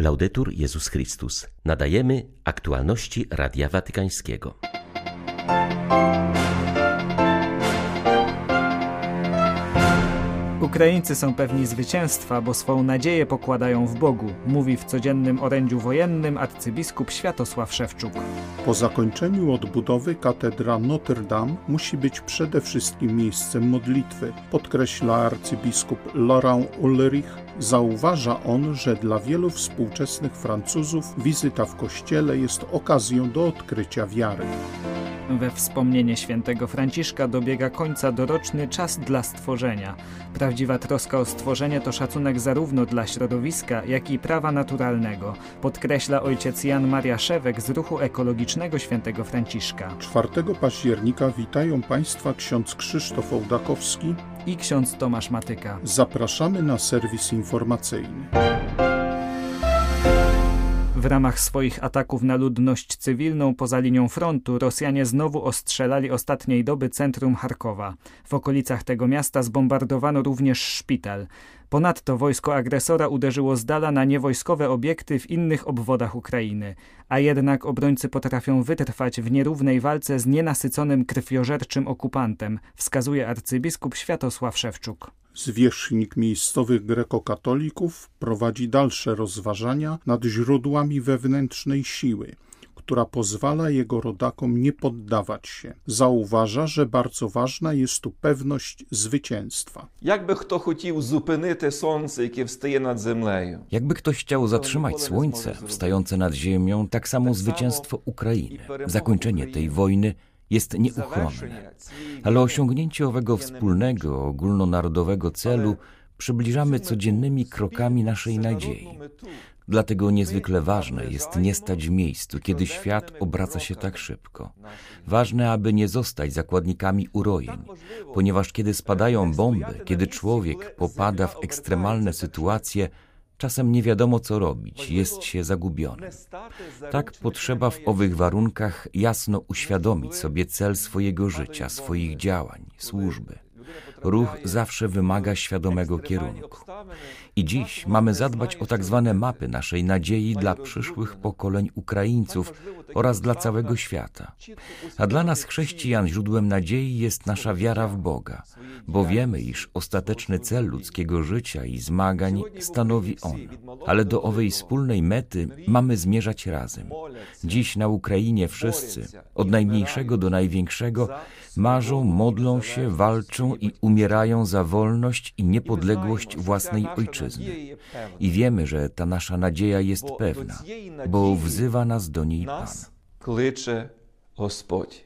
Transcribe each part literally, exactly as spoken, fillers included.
Laudetur Jezus Chrystus. Nadajemy aktualności Radia Watykańskiego. Ukraińcy są pewni zwycięstwa, bo swą nadzieję pokładają w Bogu, mówi w codziennym orędziu wojennym arcybiskup Światosław Szewczuk. Po zakończeniu odbudowy katedra Notre Dame musi być przede wszystkim miejscem modlitwy, podkreśla arcybiskup Laurent Ulrich. Zauważa on, że dla wielu współczesnych Francuzów wizyta w kościele jest okazją do odkrycia wiary. We wspomnienie świętego Franciszka dobiega końca doroczny czas dla stworzenia. Prawdziwa troska o stworzenie to szacunek zarówno dla środowiska, jak i prawa naturalnego, podkreśla ojciec Jan Maria Szewek z ruchu ekologicznego świętego Franciszka. czwartego października witają Państwa ksiądz Krzysztof Ołdakowski i ksiądz Tomasz Matyka. Zapraszamy na serwis informacyjny. W ramach swoich ataków na ludność cywilną poza linią frontu Rosjanie znowu ostrzelali ostatniej doby centrum Charkowa. W okolicach tego miasta zbombardowano również szpital. Ponadto wojsko agresora uderzyło z dala na niewojskowe obiekty w innych obwodach Ukrainy. A jednak obrońcy potrafią wytrwać w nierównej walce z nienasyconym krwiożerczym okupantem, wskazuje arcybiskup Światosław Szewczuk. Zwierzchnik miejscowych grekokatolików prowadzi dalsze rozważania nad źródłami wewnętrznej siły, która pozwala jego rodakom nie poddawać się. Zauważa, że bardzo ważna jest tu pewność zwycięstwa. Jakby kto chciał zupinić słońce, jakie wstaje nad ziemią. Jakby ktoś chciał zatrzymać słońce wstające nad ziemią, tak samo zwycięstwo Ukrainy, zakończenie tej wojny jest nieuchronne. Ale osiągnięcie owego wspólnego, ogólnonarodowego celu przybliżamy codziennymi krokami naszej nadziei. Dlatego niezwykle ważne jest nie stać w miejscu, kiedy świat obraca się tak szybko. Ważne, aby nie zostać zakładnikami urojeń, ponieważ kiedy spadają bomby, kiedy człowiek popada w ekstremalne sytuacje, czasem nie wiadomo, co robić, jest się zagubionym. Tak potrzeba w owych warunkach jasno uświadomić sobie cel swojego życia, swoich działań, służby. Ruch zawsze wymaga świadomego kierunku. I dziś mamy zadbać o tak zwane mapy naszej nadziei dla przyszłych pokoleń Ukraińców oraz dla całego świata. A dla nas chrześcijan źródłem nadziei jest nasza wiara w Boga, bo wiemy, iż ostateczny cel ludzkiego życia i zmagań stanowi On. Ale do owej wspólnej mety mamy zmierzać razem. Dziś na Ukrainie wszyscy, od najmniejszego do największego, marzą, modlą się, walczą i umierają za wolność i niepodległość własnej ojczyzny. I wiemy, że ta nasza nadzieja jest pewna, bo wzywa nas do niej Pan. Klicze Gospodź.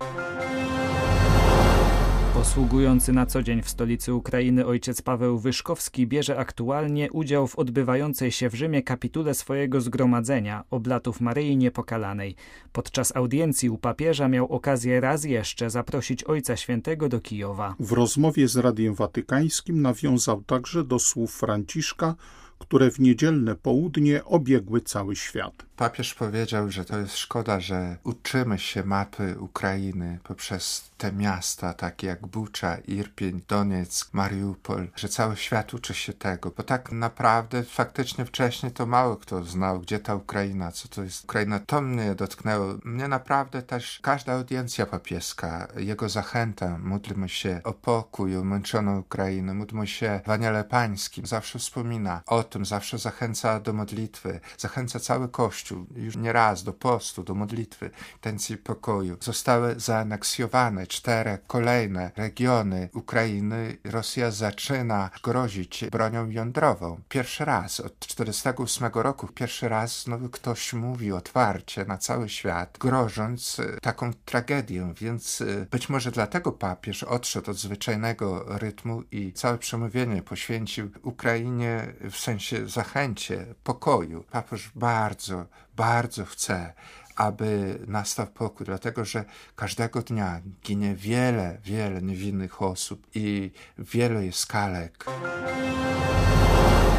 Posługujący na co dzień w stolicy Ukrainy ojciec Paweł Wyszkowski bierze aktualnie udział w odbywającej się w Rzymie kapitule swojego zgromadzenia Oblatów Maryi Niepokalanej. Podczas audiencji u papieża miał okazję raz jeszcze zaprosić Ojca Świętego do Kijowa. W rozmowie z Radiem Watykańskim nawiązał także do słów Franciszka, które w niedzielne południe obiegły cały świat. Papież powiedział, że to jest szkoda, że uczymy się mapy Ukrainy poprzez te miasta, takie jak Bucza, Irpień, Donieck, Mariupol, że cały świat uczy się tego, bo tak naprawdę faktycznie wcześniej to mało kto znał, gdzie ta Ukraina, co to jest Ukraina. To mnie dotknęło. Mnie naprawdę też każda audiencja papieska, jego zachęta, módlmy się o pokój, o męczoną Ukrainę, módlmy się w Aniele Pańskim, zawsze wspomina o tym, zawsze zachęca do modlitwy, zachęca cały Kościół, już nie raz do postu, do modlitwy, intencji pokoju. Zostały zaaneksjowane cztery kolejne regiony Ukrainy. Rosja zaczyna grozić bronią jądrową. Pierwszy raz od czterdziestego ósmego roku, pierwszy raz znowu ktoś mówi otwarcie na cały świat, grożąc taką tragedię, więc być może dlatego papież odszedł od zwyczajnego rytmu i całe przemówienie poświęcił Ukrainie w sensie zachęcie, pokoju. Papież bardzo, bardzo chce, aby nastał pokój, dlatego że każdego dnia ginie wiele, wiele niewinnych osób i wiele jest skalek.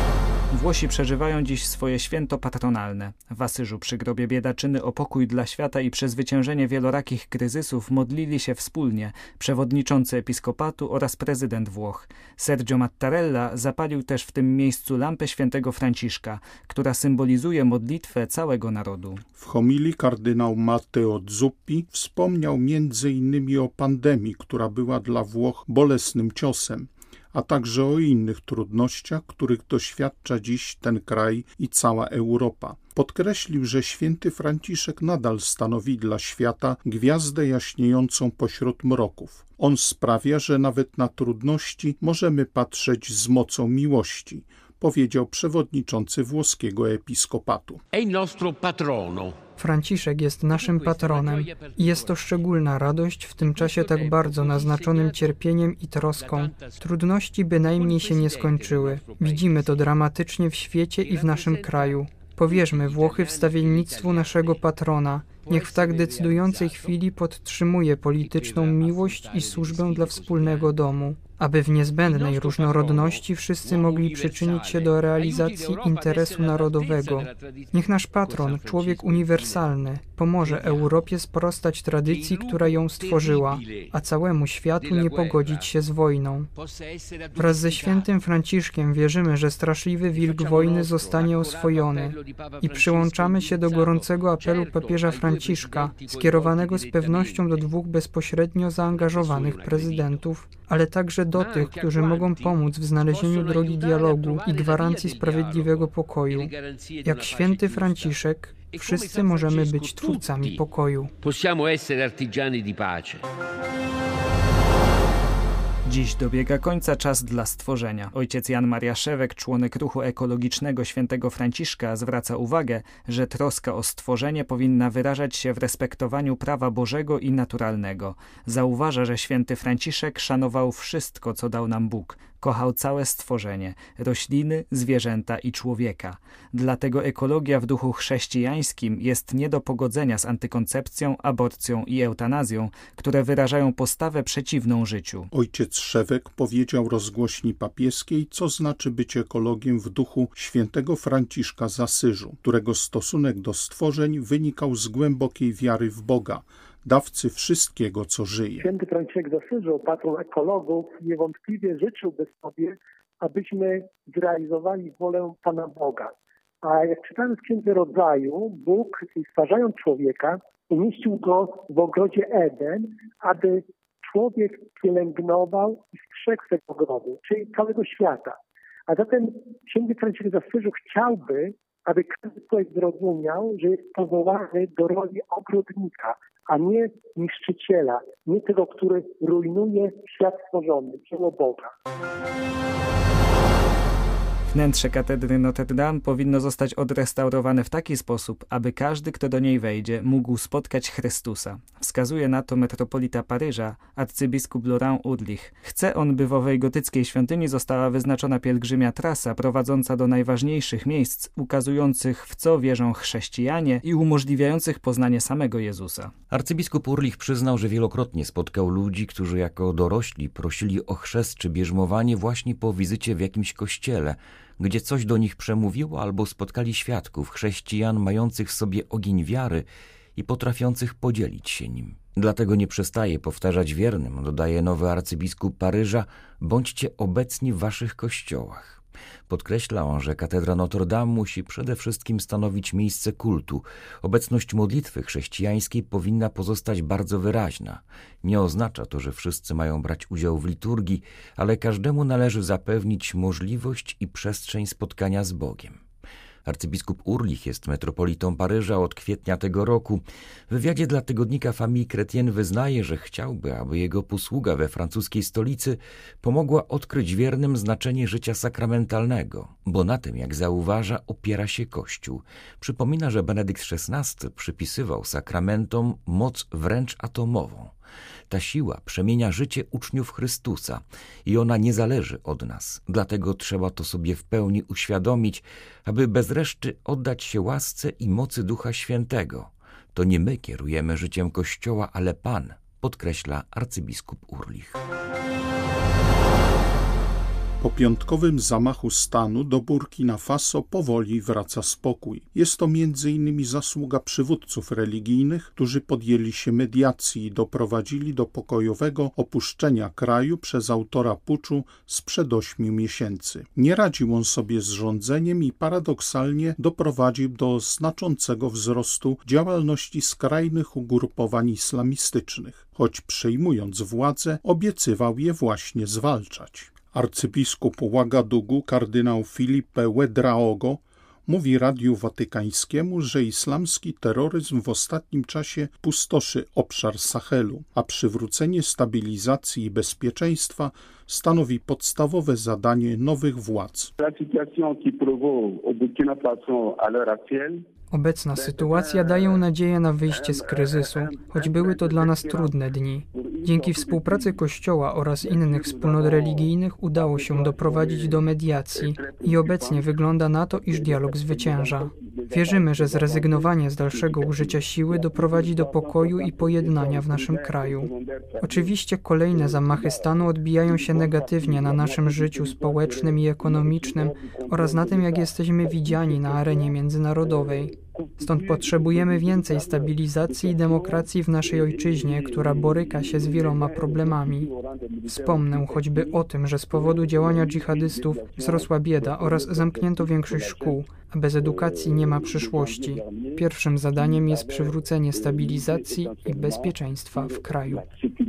Włosi przeżywają dziś swoje święto patronalne. W Asyżu przy grobie biedaczyny o pokój dla świata i przezwyciężenie wielorakich kryzysów modlili się wspólnie przewodniczący episkopatu oraz prezydent Włoch. Sergio Mattarella zapalił też w tym miejscu lampę świętego Franciszka, która symbolizuje modlitwę całego narodu. W homilii kardynał Matteo Zuppi wspomniał między innymi o pandemii, która była dla Włoch bolesnym ciosem, a także o innych trudnościach, których doświadcza dziś ten kraj i cała Europa. Podkreślił, że święty Franciszek nadal stanowi dla świata gwiazdę jaśniejącą pośród mroków. On sprawia, że nawet na trudności możemy patrzeć z mocą miłości, powiedział przewodniczący włoskiego episkopatu. Franciszek jest naszym patronem i jest to szczególna radość w tym czasie tak bardzo naznaczonym cierpieniem i troską. Trudności bynajmniej się nie skończyły. Widzimy to dramatycznie w świecie i w naszym kraju. Powierzmy Włochy wstawiennictwu naszego patrona. Niech w tak decydującej chwili podtrzymuje polityczną miłość i służbę dla wspólnego domu, aby w niezbędnej różnorodności wszyscy mogli przyczynić się do realizacji interesu narodowego. Niech nasz patron, człowiek uniwersalny, pomoże Europie sprostać tradycji, która ją stworzyła, a całemu światu nie pogodzić się z wojną. Wraz ze świętym Franciszkiem wierzymy, że straszliwy wilk wojny zostanie oswojony i przyłączamy się do gorącego apelu papieża Franciszka, skierowanego z pewnością do dwóch bezpośrednio zaangażowanych prezydentów, ale także do tych, którzy mogą pomóc w znalezieniu drogi dialogu i gwarancji sprawiedliwego pokoju. Jak święty Franciszek, wszyscy możemy być twórcami pokoju. Dziś dobiega końca czas dla stworzenia. Ojciec Jan Maria Szewek, członek ruchu ekologicznego świętego Franciszka, zwraca uwagę, że troska o stworzenie powinna wyrażać się w respektowaniu prawa Bożego i naturalnego. Zauważa, że święty Franciszek szanował wszystko, co dał nam Bóg. Kochał całe stworzenie, rośliny, zwierzęta i człowieka. Dlatego ekologia w duchu chrześcijańskim jest nie do pogodzenia z antykoncepcją, aborcją i eutanazją, które wyrażają postawę przeciwną życiu. Ojciec Szewek powiedział rozgłośni papieskiej, co znaczy być ekologiem w duchu świętego Franciszka z Asyżu, którego stosunek do stworzeń wynikał z głębokiej wiary w Boga, dawcy wszystkiego, co żyje. Święty Franciszek z Asyżu, patron ekologów, niewątpliwie życzyłby sobie, abyśmy zrealizowali wolę Pana Boga. A jak czytamy w Księdze Rodzaju, Bóg, stwarzając człowieka, umieścił go w ogrodzie Eden, aby człowiek pielęgnował i strzegł tego ogrodu, czyli całego świata. A zatem święty Franciszek z Asyżu chciałby, aby każdy człowiek zrozumiał, że jest powołany do roli ogrodnika, a nie niszczyciela, nie tego, który rujnuje świat stworzony, dzieło Boga. Wnętrze katedry Notre Dame powinno zostać odrestaurowane w taki sposób, aby każdy, kto do niej wejdzie, mógł spotkać Chrystusa. Wskazuje na to metropolita Paryża, arcybiskup Laurent Urlich. Chce on, by w owej gotyckiej świątyni została wyznaczona pielgrzymia trasa prowadząca do najważniejszych miejsc, ukazujących, w co wierzą chrześcijanie i umożliwiających poznanie samego Jezusa. Arcybiskup Urlich przyznał, że wielokrotnie spotkał ludzi, którzy jako dorośli prosili o chrzest czy bierzmowanie właśnie po wizycie w jakimś kościele, gdzie coś do nich przemówiło, albo spotkali świadków, chrześcijan mających w sobie ogień wiary i potrafiących podzielić się nim. Dlatego nie przestaje powtarzać wiernym, dodaje nowy arcybiskup Paryża, bądźcie obecni w waszych kościołach. Podkreśla on, że katedra Notre Dame musi przede wszystkim stanowić miejsce kultu. Obecność modlitwy chrześcijańskiej powinna pozostać bardzo wyraźna. Nie oznacza to, że wszyscy mają brać udział w liturgii, ale każdemu należy zapewnić możliwość i przestrzeń spotkania z Bogiem. Arcybiskup Urlich jest metropolitą Paryża od kwietnia tego roku. W wywiadzie dla tygodnika Famille Chrétienne wyznaje, że chciałby, aby jego posługa we francuskiej stolicy pomogła odkryć wiernym znaczenie życia sakramentalnego, bo na tym, jak zauważa, opiera się Kościół. Przypomina, że Benedykt szesnasty przypisywał sakramentom moc wręcz atomową. Ta siła przemienia życie uczniów Chrystusa i ona nie zależy od nas. Dlatego trzeba to sobie w pełni uświadomić, aby bez reszty oddać się łasce i mocy Ducha Świętego. To nie my kierujemy życiem Kościoła, ale Pan, podkreśla arcybiskup Urlich. Po piątkowym zamachu stanu do Burkina Faso powoli wraca spokój. Jest to między innymi zasługa przywódców religijnych, którzy podjęli się mediacji i doprowadzili do pokojowego opuszczenia kraju przez autora puczu sprzed ośmiu miesięcy. Nie radził on sobie z rządzeniem i paradoksalnie doprowadził do znaczącego wzrostu działalności skrajnych ugrupowań islamistycznych, choć przejmując władzę, obiecywał je właśnie zwalczać. Arcybiskup Ouagadougou kardynał Filipe Ouedraogo mówi Radiu Watykańskiemu, że islamski terroryzm w ostatnim czasie pustoszy obszar Sahelu, a przywrócenie stabilizacji i bezpieczeństwa stanowi podstawowe zadanie nowych władz. Obecna sytuacja daje nadzieję na wyjście z kryzysu, choć były to dla nas trudne dni. Dzięki współpracy Kościoła oraz innych wspólnot religijnych udało się doprowadzić do mediacji i obecnie wygląda na to, iż dialog zwycięża. Wierzymy, że zrezygnowanie z dalszego użycia siły doprowadzi do pokoju i pojednania w naszym kraju. Oczywiście kolejne zamachy stanu odbijają się negatywnie na naszym życiu społecznym i ekonomicznym oraz na tym, jak jesteśmy widziani na arenie międzynarodowej. Stąd potrzebujemy więcej stabilizacji i demokracji w naszej ojczyźnie, która boryka się z wieloma problemami. Wspomnę choćby o tym, że z powodu działania dżihadystów wzrosła bieda oraz zamknięto większość szkół, a bez edukacji nie ma przyszłości. Pierwszym zadaniem jest przywrócenie stabilizacji i bezpieczeństwa w kraju.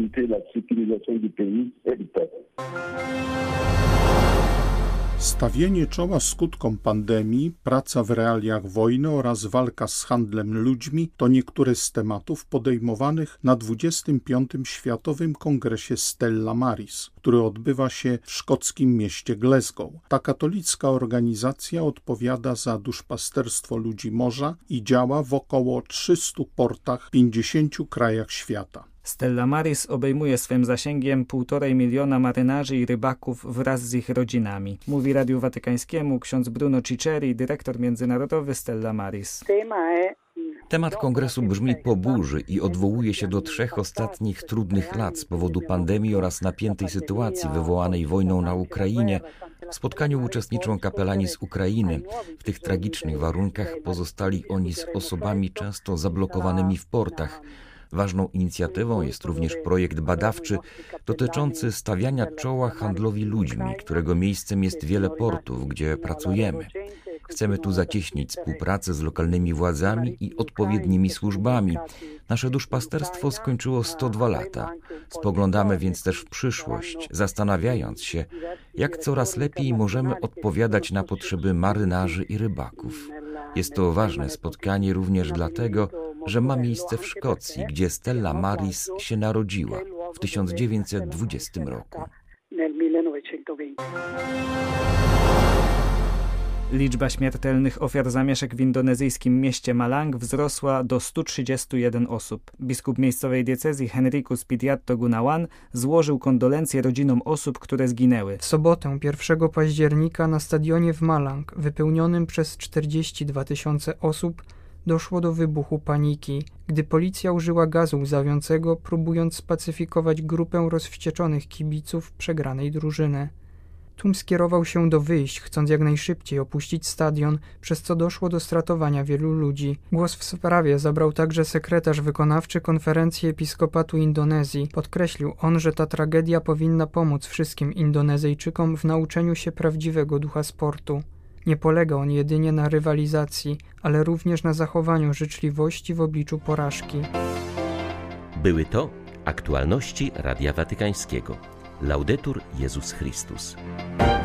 Stawienie czoła skutkom pandemii, praca w realiach wojny oraz walka z handlem ludźmi to niektóre z tematów podejmowanych na dwudziestym piątym Światowym Kongresie Stella Maris, który odbywa się w szkockim mieście Glasgow. Ta katolicka organizacja odpowiada za duszpasterstwo ludzi morza i działa w około trzystu portach w pięćdziesięciu krajach świata. Stella Maris obejmuje swym zasięgiem półtorej miliona marynarzy i rybaków wraz z ich rodzinami. Mówi Radiu Watykańskiemu ksiądz Bruno Ciceri, dyrektor międzynarodowy Stella Maris. Temat kongresu brzmi po burzy i odwołuje się do trzech ostatnich trudnych lat z powodu pandemii oraz napiętej sytuacji wywołanej wojną na Ukrainie. W spotkaniu uczestniczą kapelani z Ukrainy. W tych tragicznych warunkach pozostali oni z osobami często zablokowanymi w portach. Ważną inicjatywą jest również projekt badawczy dotyczący stawiania czoła handlowi ludźmi, którego miejscem jest wiele portów, gdzie pracujemy. Chcemy tu zacieśnić współpracę z lokalnymi władzami i odpowiednimi służbami. Nasze duszpasterstwo skończyło sto dwa lata. Spoglądamy więc też w przyszłość, zastanawiając się, jak coraz lepiej możemy odpowiadać na potrzeby marynarzy i rybaków. Jest to ważne spotkanie również dlatego, że ma miejsce w Szkocji, gdzie Stella Maris się narodziła w tysiąc dziewięćset dwudziestym roku. Liczba śmiertelnych ofiar zamieszek w indonezyjskim mieście Malang wzrosła do stu trzydziestu jeden osób. Biskup miejscowej diecezji Henrykus Pidiatto Gunawan złożył kondolencje rodzinom osób, które zginęły. W sobotę pierwszego października na stadionie w Malang, wypełnionym przez czterdzieści dwa tysiące osób, doszło do wybuchu paniki, gdy policja użyła gazu łzawiącego, próbując spacyfikować grupę rozwścieczonych kibiców przegranej drużyny. Tłum skierował się do wyjść, chcąc jak najszybciej opuścić stadion, przez co doszło do stratowania wielu ludzi. Głos w sprawie zabrał także sekretarz wykonawczy Konferencji Episkopatu Indonezji. Podkreślił on, że ta tragedia powinna pomóc wszystkim Indonezyjczykom w nauczeniu się prawdziwego ducha sportu. Nie polega on jedynie na rywalizacji, ale również na zachowaniu życzliwości w obliczu porażki. Były to aktualności Radia Watykańskiego. Laudetur Jezus Chrystus.